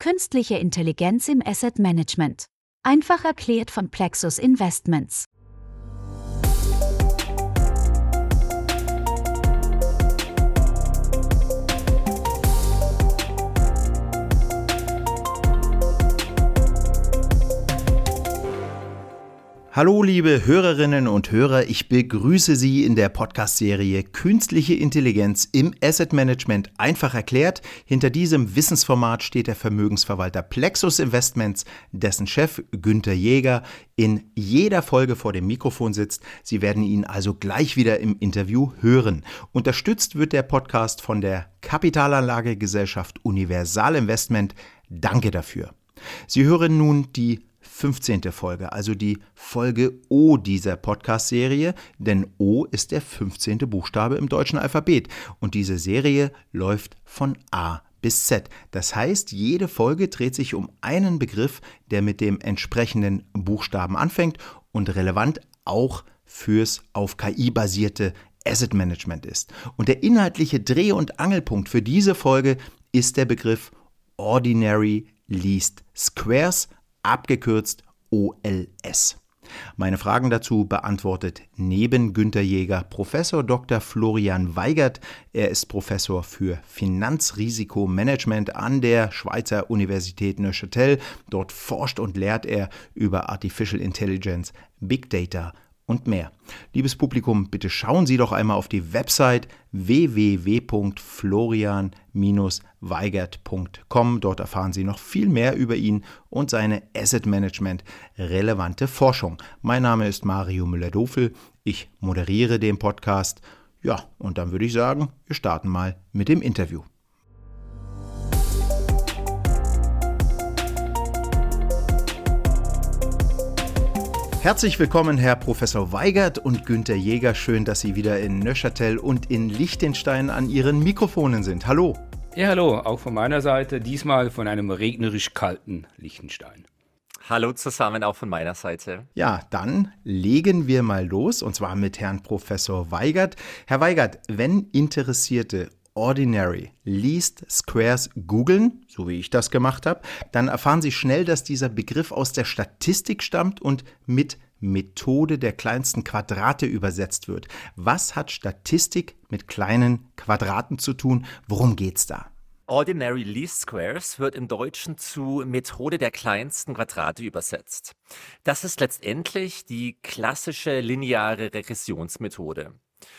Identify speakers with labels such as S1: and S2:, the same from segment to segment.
S1: Künstliche Intelligenz im Asset Management. Einfach erklärt von Plexus Investments.
S2: Hallo liebe Hörerinnen und Hörer, ich begrüße Sie in der Podcast-Serie Künstliche Intelligenz im Asset Management einfach erklärt. Hinter diesem Wissensformat steht der Vermögensverwalter Plexus Investments, dessen Chef Günther Jäger in jeder Folge vor dem Mikrofon sitzt. Sie werden ihn also gleich wieder im Interview hören. Unterstützt wird der Podcast von der Kapitalanlagegesellschaft Universal Investment. Danke dafür. Sie hören nun die 15. Folge, also die Folge O dieser Podcast-Serie, denn O ist der 15. Buchstabe im deutschen Alphabet und diese Serie läuft von A bis Z. Das heißt, jede Folge dreht sich um einen Begriff, der mit dem entsprechenden Buchstaben anfängt und relevant auch fürs auf KI basierte Asset Management ist. Und der inhaltliche Dreh- und Angelpunkt für diese Folge ist der Begriff Ordinary Least Squares, abgekürzt OLS. Meine Fragen dazu beantwortet neben Günther Jäger Professor Dr. Florian Weigert. Er ist Professor für Finanzrisikomanagement an der Schweizer Universität Neuchâtel. Dort forscht und lehrt er über Artificial Intelligence, Big Data und mehr. Liebes Publikum, bitte schauen Sie doch einmal auf die Website www.florian-weigert.com. Dort erfahren Sie noch viel mehr über ihn und seine Asset Management relevante Forschung. Mein Name ist Mario Müller-Dofel. Ich moderiere den Podcast. Ja, und dann würde ich sagen, wir starten mal mit dem Interview. Herzlich willkommen, Herr Professor Weigert und Günther Jäger. Schön, dass Sie wieder in Neuchâtel und in Liechtenstein an Ihren Mikrofonen sind. Hallo.
S3: Ja, hallo, auch von meiner Seite, diesmal von einem regnerisch kalten Liechtenstein.
S4: Hallo zusammen, auch von meiner Seite.
S2: Ja, dann legen wir mal los, und zwar mit Herrn Professor Weigert. Herr Weigert, wenn Interessierte Ordinary Least Squares googeln, so wie ich das gemacht habe, dann erfahren Sie schnell, dass dieser Begriff aus der Statistik stammt und mit Methode der kleinsten Quadrate übersetzt wird. Was hat Statistik mit kleinen Quadraten zu tun? Worum geht's da?
S4: Ordinary Least Squares wird im Deutschen zu Methode der kleinsten Quadrate übersetzt. Das ist letztendlich die klassische lineare Regressionsmethode.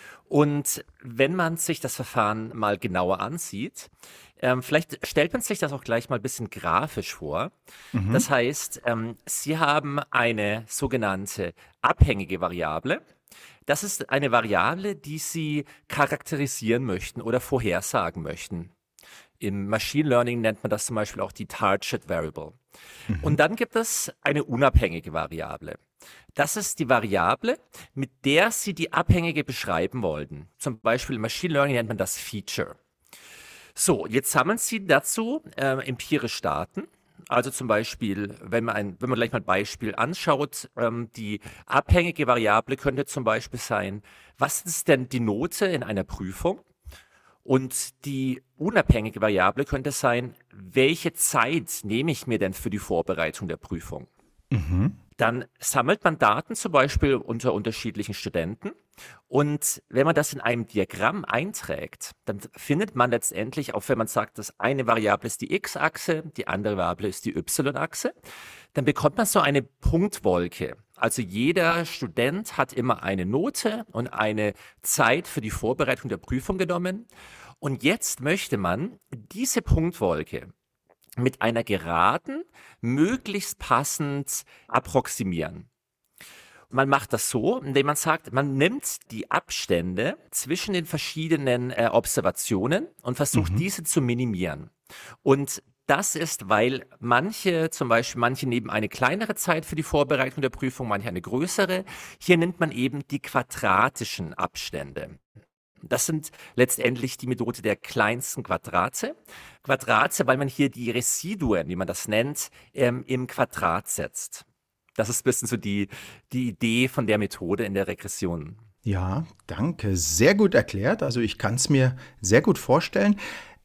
S4: Und wenn man sich das Verfahren mal genauer ansieht, vielleicht stellt man sich das auch gleich mal ein bisschen grafisch vor. Das heißt, Sie haben eine sogenannte abhängige Variable. Das ist eine Variable, die Sie charakterisieren möchten oder vorhersagen möchten. Im Machine Learning nennt man das zum Beispiel auch die Target Variable. Und dann gibt es eine unabhängige Variable. Das ist die Variable, mit der Sie die Abhängige beschreiben wollten. Zum Beispiel im Machine Learning nennt man das Feature. So, jetzt sammeln Sie dazu empirisch Daten. Also zum Beispiel, wenn man gleich mal ein Beispiel anschaut, die abhängige Variable könnte zum Beispiel sein, was ist denn die Note in einer Prüfung? Und die unabhängige Variable könnte sein, welche Zeit nehme ich mir denn für die Vorbereitung der Prüfung? Dann sammelt man Daten zum Beispiel unter unterschiedlichen Studenten und wenn man das in einem Diagramm einträgt, dann findet man letztendlich, auch wenn man sagt, dass eine Variable ist die X-Achse, die andere Variable ist die Y-Achse, dann bekommt man so eine Punktwolke. Also jeder Student hat immer eine Note und eine Zeit für die Vorbereitung der Prüfung genommen und jetzt möchte man diese Punktwolke mit einer Geraden möglichst passend approximieren. Man macht das so, indem man sagt, man nimmt die Abstände zwischen den verschiedenen Observationen und versucht diese zu minimieren. Und das ist, weil manche nehmen eine kleinere Zeit für die Vorbereitung der Prüfung, manche eine größere. Hier nimmt man eben die quadratischen Abstände. Das sind letztendlich die Methode der kleinsten Quadrate. Quadrate, weil man hier die Residuen, wie man das nennt, im Quadrat setzt. Das ist ein bisschen so die Idee von der Methode in der Regression.
S2: Ja, danke. Sehr gut erklärt. Also ich kann es mir sehr gut vorstellen.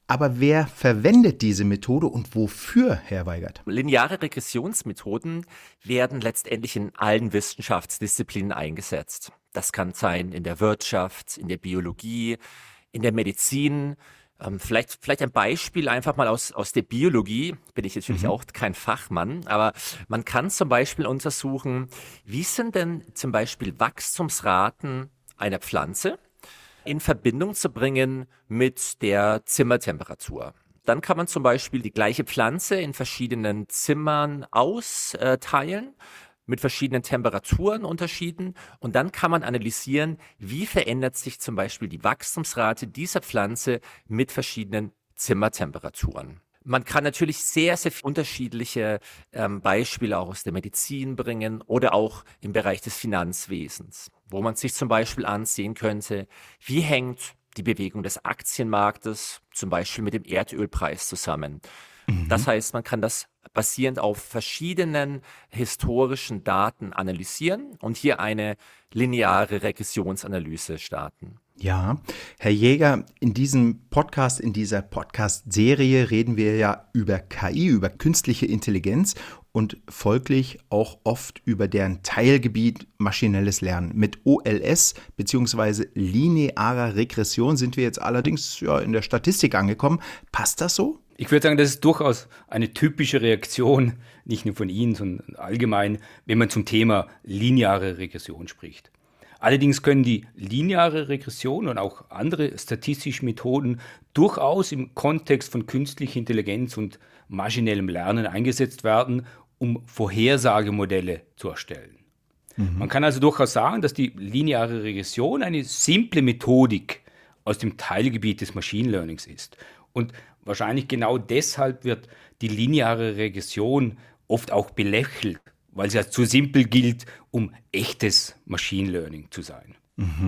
S2: Aber wer verwendet diese Methode und wofür, Herr Weigert?
S4: Lineare Regressionsmethoden werden letztendlich in allen Wissenschaftsdisziplinen eingesetzt. Das kann sein in der Wirtschaft, in der Biologie, in der Medizin. Vielleicht ein Beispiel einfach mal aus der Biologie. Bin ich natürlich auch kein Fachmann, aber man kann zum Beispiel untersuchen, wie sind denn zum Beispiel Wachstumsraten einer Pflanze in Verbindung zu bringen mit der Zimmertemperatur. Dann kann man zum Beispiel die gleiche Pflanze in verschiedenen Zimmern austeilen, mit verschiedenen Temperaturenunterschieden, und dann kann man analysieren, wie verändert sich zum Beispiel die Wachstumsrate dieser Pflanze mit verschiedenen Zimmertemperaturen. Man kann natürlich sehr, sehr unterschiedliche Beispiele auch aus der Medizin bringen oder auch im Bereich des Finanzwesens, wo man sich zum Beispiel ansehen könnte, wie hängt die Bewegung des Aktienmarktes zum Beispiel mit dem Erdölpreis zusammen. Das heißt, man kann das basierend auf verschiedenen historischen Daten analysieren und hier eine lineare Regressionsanalyse starten.
S2: Ja, Herr Jäger, in diesem Podcast, in dieser Podcast-Serie reden wir ja über KI, über künstliche Intelligenz und folglich auch oft über deren Teilgebiet maschinelles Lernen. Mit OLS bzw. linearer Regression sind wir jetzt allerdings in der Statistik angekommen. Passt das so?
S3: Ich würde sagen, das ist durchaus eine typische Reaktion, nicht nur von Ihnen, sondern allgemein, wenn man zum Thema lineare Regression spricht. Allerdings können die lineare Regression und auch andere statistische Methoden durchaus im Kontext von künstlicher Intelligenz und maschinellem Lernen eingesetzt werden, um Vorhersagemodelle zu erstellen. Man kann also durchaus sagen, dass die lineare Regression eine simple Methodik aus dem Teilgebiet des Machine Learnings ist. Und wahrscheinlich genau deshalb wird die lineare Regression oft auch belächelt, weil sie als zu simpel gilt, um echtes Machine Learning zu sein.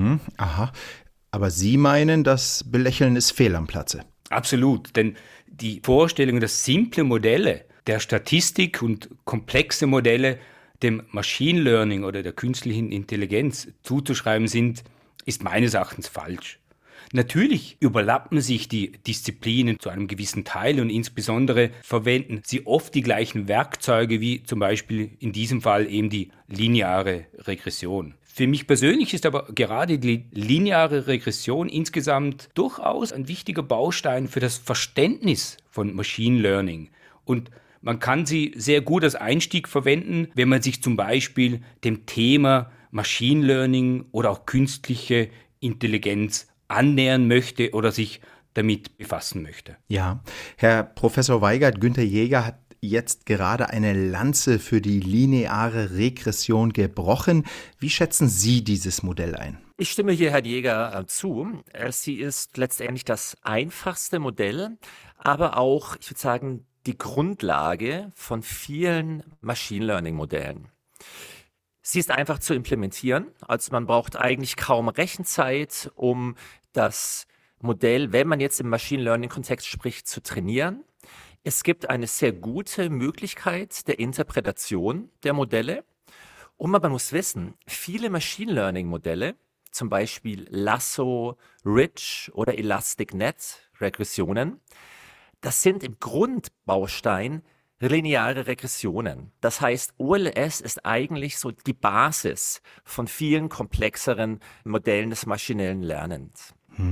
S2: Aha, aber Sie meinen, das Belächeln ist fehl am Platze?
S3: Absolut, denn die Vorstellung, dass simple Modelle der Statistik und komplexe Modelle dem Machine Learning oder der künstlichen Intelligenz zuzuschreiben sind, ist meines Erachtens falsch. Natürlich überlappen sich die Disziplinen zu einem gewissen Teil und insbesondere verwenden sie oft die gleichen Werkzeuge wie zum Beispiel in diesem Fall eben die lineare Regression. Für mich persönlich ist aber gerade die lineare Regression insgesamt durchaus ein wichtiger Baustein für das Verständnis von Machine Learning. Und man kann sie sehr gut als Einstieg verwenden, wenn man sich zum Beispiel dem Thema Machine Learning oder auch künstliche Intelligenz annähern möchte oder sich damit befassen möchte.
S2: Ja, Herr Professor Weigert, Günther Jäger hat jetzt gerade eine Lanze für die lineare Regression gebrochen. Wie schätzen Sie dieses Modell ein?
S4: Ich stimme hier Herrn Jäger zu. Sie ist letztendlich das einfachste Modell, aber auch, ich würde sagen, die Grundlage von vielen Machine Learning Modellen. Sie ist einfach zu implementieren, also man braucht eigentlich kaum Rechenzeit, um das Modell, wenn man jetzt im Machine Learning Kontext spricht, zu trainieren. Es gibt eine sehr gute Möglichkeit der Interpretation der Modelle. Und man muss wissen, viele Machine Learning Modelle, zum Beispiel Lasso, Ridge oder ElasticNet Regressionen, das sind im Grundbaustein lineare Regressionen. Das heißt, OLS ist eigentlich so die Basis von vielen komplexeren Modellen des maschinellen Lernens.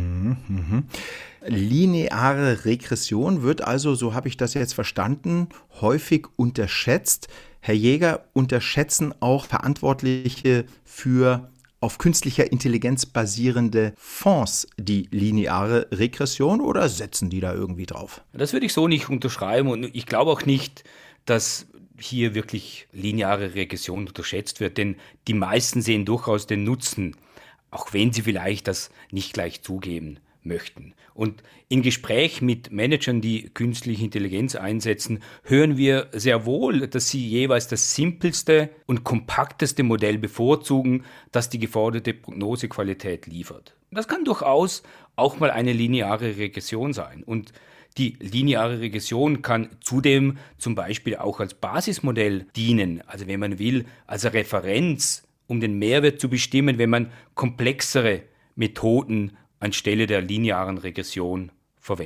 S2: Lineare Regression wird also, so habe ich das jetzt verstanden, häufig unterschätzt. Herr Jäger, unterschätzen auch Verantwortliche für auf künstlicher Intelligenz basierende Fonds die lineare Regression oder setzen die da irgendwie drauf?
S3: Das würde ich so nicht unterschreiben und ich glaube auch nicht, dass hier wirklich lineare Regression unterschätzt wird, denn die meisten sehen durchaus den Nutzen, auch wenn sie vielleicht das nicht gleich zugeben möchten. Und in Gespräch mit Managern, die künstliche Intelligenz einsetzen, hören wir sehr wohl, dass sie jeweils das simpelste und kompakteste Modell bevorzugen, das die geforderte Prognosequalität liefert. Das kann durchaus auch mal eine lineare Regression sein. Und die lineare Regression kann zudem zum Beispiel auch als Basismodell dienen, also wenn man will, als Referenz, um den Mehrwert zu bestimmen, wenn man komplexere Methoden anstelle der linearen Regression verwendet.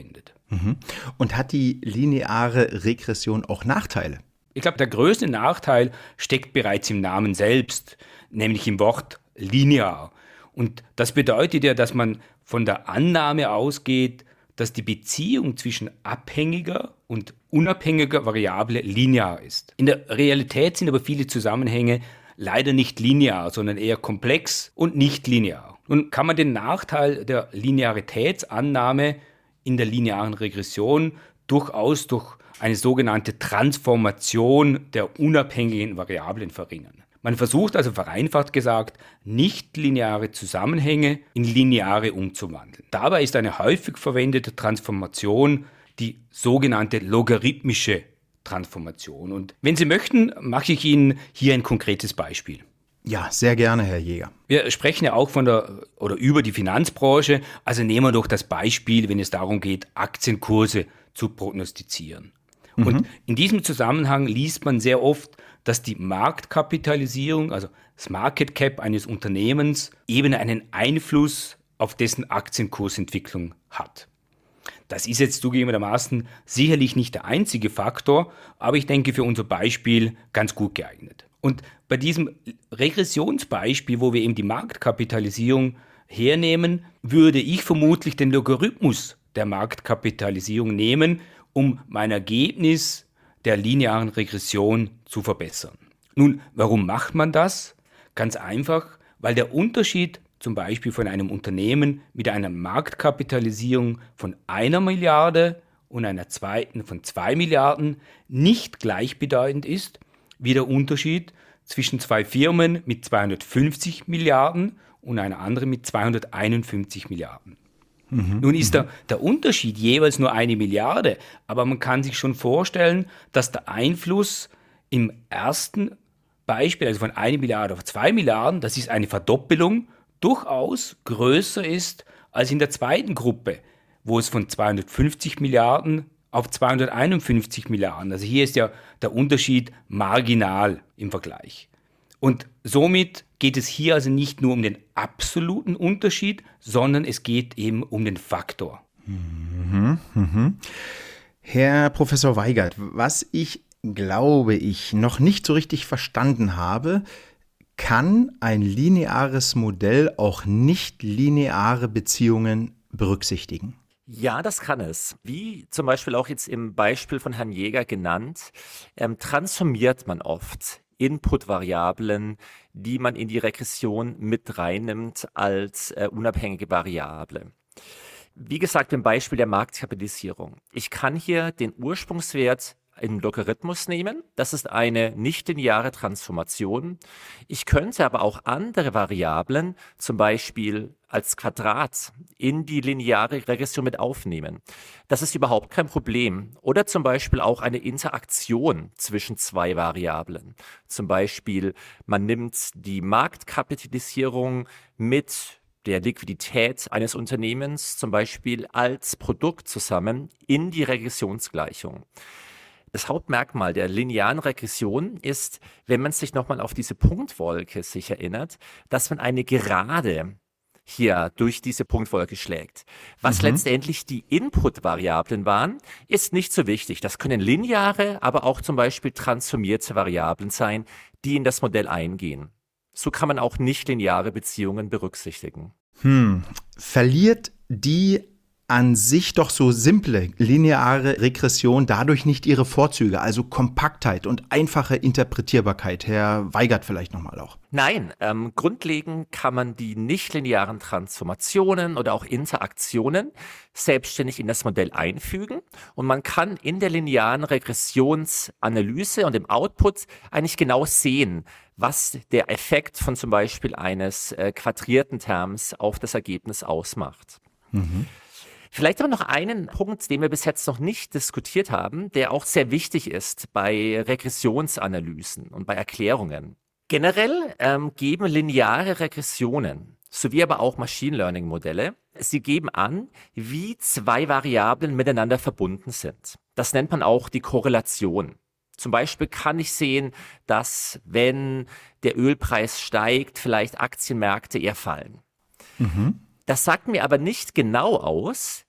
S2: Und hat die lineare Regression auch Nachteile?
S3: Ich glaube, der größte Nachteil steckt bereits im Namen selbst, nämlich im Wort linear. Und das bedeutet ja, dass man von der Annahme ausgeht, dass die Beziehung zwischen abhängiger und unabhängiger Variable linear ist. In der Realität sind aber viele Zusammenhänge leider nicht linear, sondern eher komplex und nicht linear. Nun kann man den Nachteil der Linearitätsannahme in der linearen Regression durchaus durch eine sogenannte Transformation der unabhängigen Variablen verringern. Man versucht also vereinfacht gesagt, nichtlineare Zusammenhänge in lineare umzuwandeln. Dabei ist eine häufig verwendete Transformation die sogenannte logarithmische Transformation. Und wenn Sie möchten, mache ich Ihnen hier ein konkretes Beispiel.
S2: Ja, sehr gerne, Herr Jäger.
S3: Wir sprechen ja auch über die Finanzbranche. Also nehmen wir doch das Beispiel, wenn es darum geht, Aktienkurse zu prognostizieren. Und in diesem Zusammenhang liest man sehr oft, dass die Marktkapitalisierung, also das Market Cap eines Unternehmens, eben einen Einfluss auf dessen Aktienkursentwicklung hat. Das ist jetzt zugegebenermaßen sicherlich nicht der einzige Faktor, aber ich denke für unser Beispiel ganz gut geeignet. Und bei diesem Regressionsbeispiel, wo wir eben die Marktkapitalisierung hernehmen, würde ich vermutlich den Logarithmus der Marktkapitalisierung nehmen, um mein Ergebnis der linearen Regression zu verbessern. Nun, warum macht man das? Ganz einfach, weil der Unterschied zum Beispiel von einem Unternehmen mit einer Marktkapitalisierung von 1 Milliarde und einer zweiten von 2 Milliarden nicht gleichbedeutend ist wie der Unterschied zwischen zwei Firmen mit 250 Milliarden und einer anderen mit 251 Milliarden. Nun ist der Unterschied jeweils nur 1 Milliarde, aber man kann sich schon vorstellen, dass der Einfluss im ersten Beispiel, also von 1 Milliarde auf 2 Milliarden, das ist eine Verdoppelung, durchaus größer ist als in der zweiten Gruppe, wo es von 250 Milliarden auf 251 Milliarden, also hier ist ja der Unterschied marginal im Vergleich. Und somit geht es hier also nicht nur um den absoluten Unterschied, sondern es geht eben um den Faktor.
S2: Herr Professor Weigert, was glaube ich, noch nicht so richtig verstanden habe, kann ein lineares Modell auch nicht lineare Beziehungen berücksichtigen?
S4: Ja, das kann es. Wie zum Beispiel auch jetzt im Beispiel von Herrn Jäger genannt, transformiert man oft Input-Variablen, die man in die Regression mit reinnimmt als unabhängige Variable. Wie gesagt, im Beispiel der Marktkapitalisierung. Ich kann hier den Ursprungswert im Logarithmus nehmen. Das ist eine nichtlineare Transformation. Ich könnte aber auch andere Variablen, zum Beispiel als Quadrat, in die lineare Regression mit aufnehmen. Das ist überhaupt kein Problem. Oder zum Beispiel auch eine Interaktion zwischen zwei Variablen. Zum Beispiel, man nimmt die Marktkapitalisierung mit der Liquidität eines Unternehmens zum Beispiel als Produkt zusammen in die Regressionsgleichung. Das Hauptmerkmal der linearen Regression ist, wenn man sich nochmal auf diese Punktwolke sich erinnert, dass man eine Gerade hier durch diese Punktwolke schlägt. Was letztendlich die Input-Variablen waren, ist nicht so wichtig. Das können lineare, aber auch zum Beispiel transformierte Variablen sein, die in das Modell eingehen. So kann man auch nichtlineare Beziehungen berücksichtigen.
S2: Verliert die an sich doch so simple lineare Regression dadurch nicht ihre Vorzüge, also Kompaktheit und einfache Interpretierbarkeit? Herr Weigert vielleicht nochmal auch.
S4: Nein, grundlegend kann man die nichtlinearen Transformationen oder auch Interaktionen selbstständig in das Modell einfügen und man kann in der linearen Regressionsanalyse und im Output eigentlich genau sehen, was der Effekt von zum Beispiel eines quadrierten Terms auf das Ergebnis ausmacht. Vielleicht aber noch einen Punkt, den wir bis jetzt noch nicht diskutiert haben, der auch sehr wichtig ist bei Regressionsanalysen und bei Erklärungen. Generell geben lineare Regressionen sowie aber auch Machine Learning Modelle, sie geben an, wie zwei Variablen miteinander verbunden sind. Das nennt man auch die Korrelation. Zum Beispiel kann ich sehen, dass wenn der Ölpreis steigt, vielleicht Aktienmärkte eher fallen. Das sagt mir aber nicht genau aus,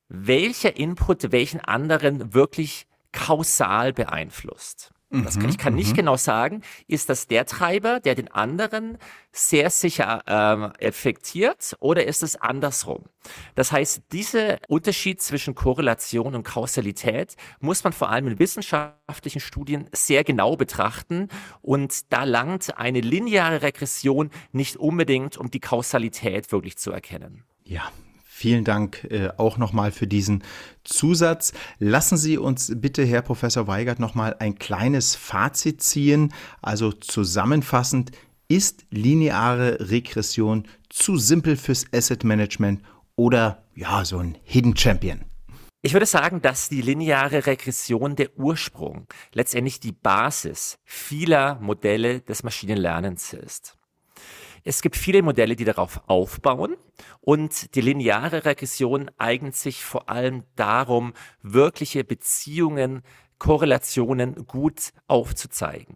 S4: welcher Input welchen anderen wirklich kausal beeinflusst. Ich kann nicht genau sagen, ist das der Treiber, der den anderen sehr sicher effektiert, oder ist es andersrum? Das heißt, dieser Unterschied zwischen Korrelation und Kausalität muss man vor allem in wissenschaftlichen Studien sehr genau betrachten, und da langt eine lineare Regression nicht unbedingt, um die Kausalität wirklich zu erkennen.
S2: Ja. Vielen Dank auch nochmal für diesen Zusatz. Lassen Sie uns bitte, Herr Professor Weigert, nochmal ein kleines Fazit ziehen. Also zusammenfassend, ist lineare Regression zu simpel fürs Asset Management oder ja, so ein Hidden Champion?
S4: Ich würde sagen, dass die lineare Regression der Ursprung, letztendlich die Basis vieler Modelle des Maschinenlernens ist. Es gibt viele Modelle, die darauf aufbauen, und die lineare Regression eignet sich vor allem darum, wirkliche Beziehungen, Korrelationen gut aufzuzeigen.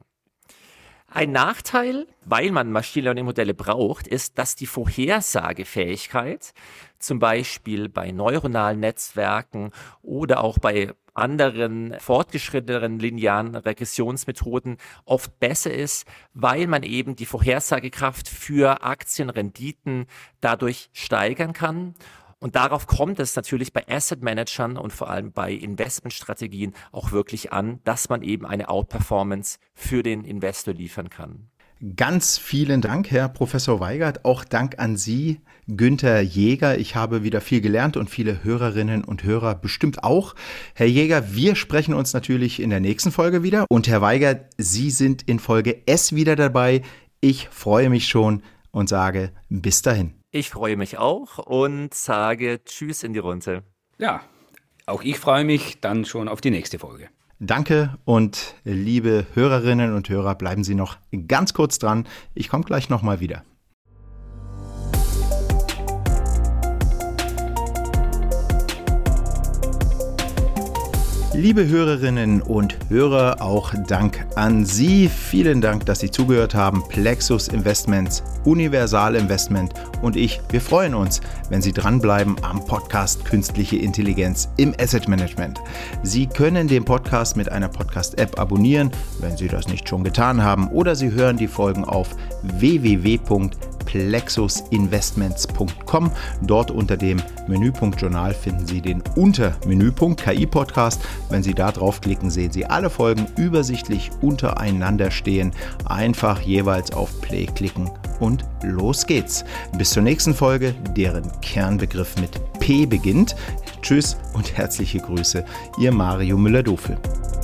S4: Ein Nachteil, weil man Machine Learning Modelle braucht, ist, dass die Vorhersagefähigkeit, zum Beispiel bei neuronalen Netzwerken oder auch bei anderen fortgeschritteneren linearen Regressionsmethoden, oft besser ist, weil man eben die Vorhersagekraft für Aktienrenditen dadurch steigern kann. Und darauf kommt es natürlich bei Asset Managern und vor allem bei Investmentstrategien auch wirklich an, dass man eben eine Outperformance für den Investor liefern kann.
S2: Ganz vielen Dank, Herr Professor Weigert. Auch Dank an Sie, Günther Jäger. Ich habe wieder viel gelernt und viele Hörerinnen und Hörer bestimmt auch. Herr Jäger, wir sprechen uns natürlich in der nächsten Folge wieder. Und Herr Weigert, Sie sind in Folge S wieder dabei. Ich freue mich schon und sage bis dahin.
S4: Ich freue mich auch und sage Tschüss in die Runde.
S3: Ja, auch ich freue mich dann schon auf die nächste Folge.
S2: Danke, und liebe Hörerinnen und Hörer, bleiben Sie noch ganz kurz dran. Ich komme gleich nochmal wieder. Liebe Hörerinnen und Hörer, auch Dank an Sie. Vielen Dank, dass Sie zugehört haben. Plexus Investments, Universal Investment und ich, wir freuen uns, wenn Sie dranbleiben am Podcast Künstliche Intelligenz im Asset Management. Sie können den Podcast mit einer Podcast-App abonnieren, wenn Sie das nicht schon getan haben, oder Sie hören die Folgen auf www.plexusinvestments.com. Dort unter dem Menüpunkt Journal finden Sie den Untermenüpunkt KI-Podcast. Wenn Sie da draufklicken, sehen Sie alle Folgen übersichtlich untereinander stehen. Einfach jeweils auf Play klicken und los geht's. Bis zur nächsten Folge, deren Kernbegriff mit P beginnt. Tschüss und herzliche Grüße, Ihr Mario Müller-Dofel.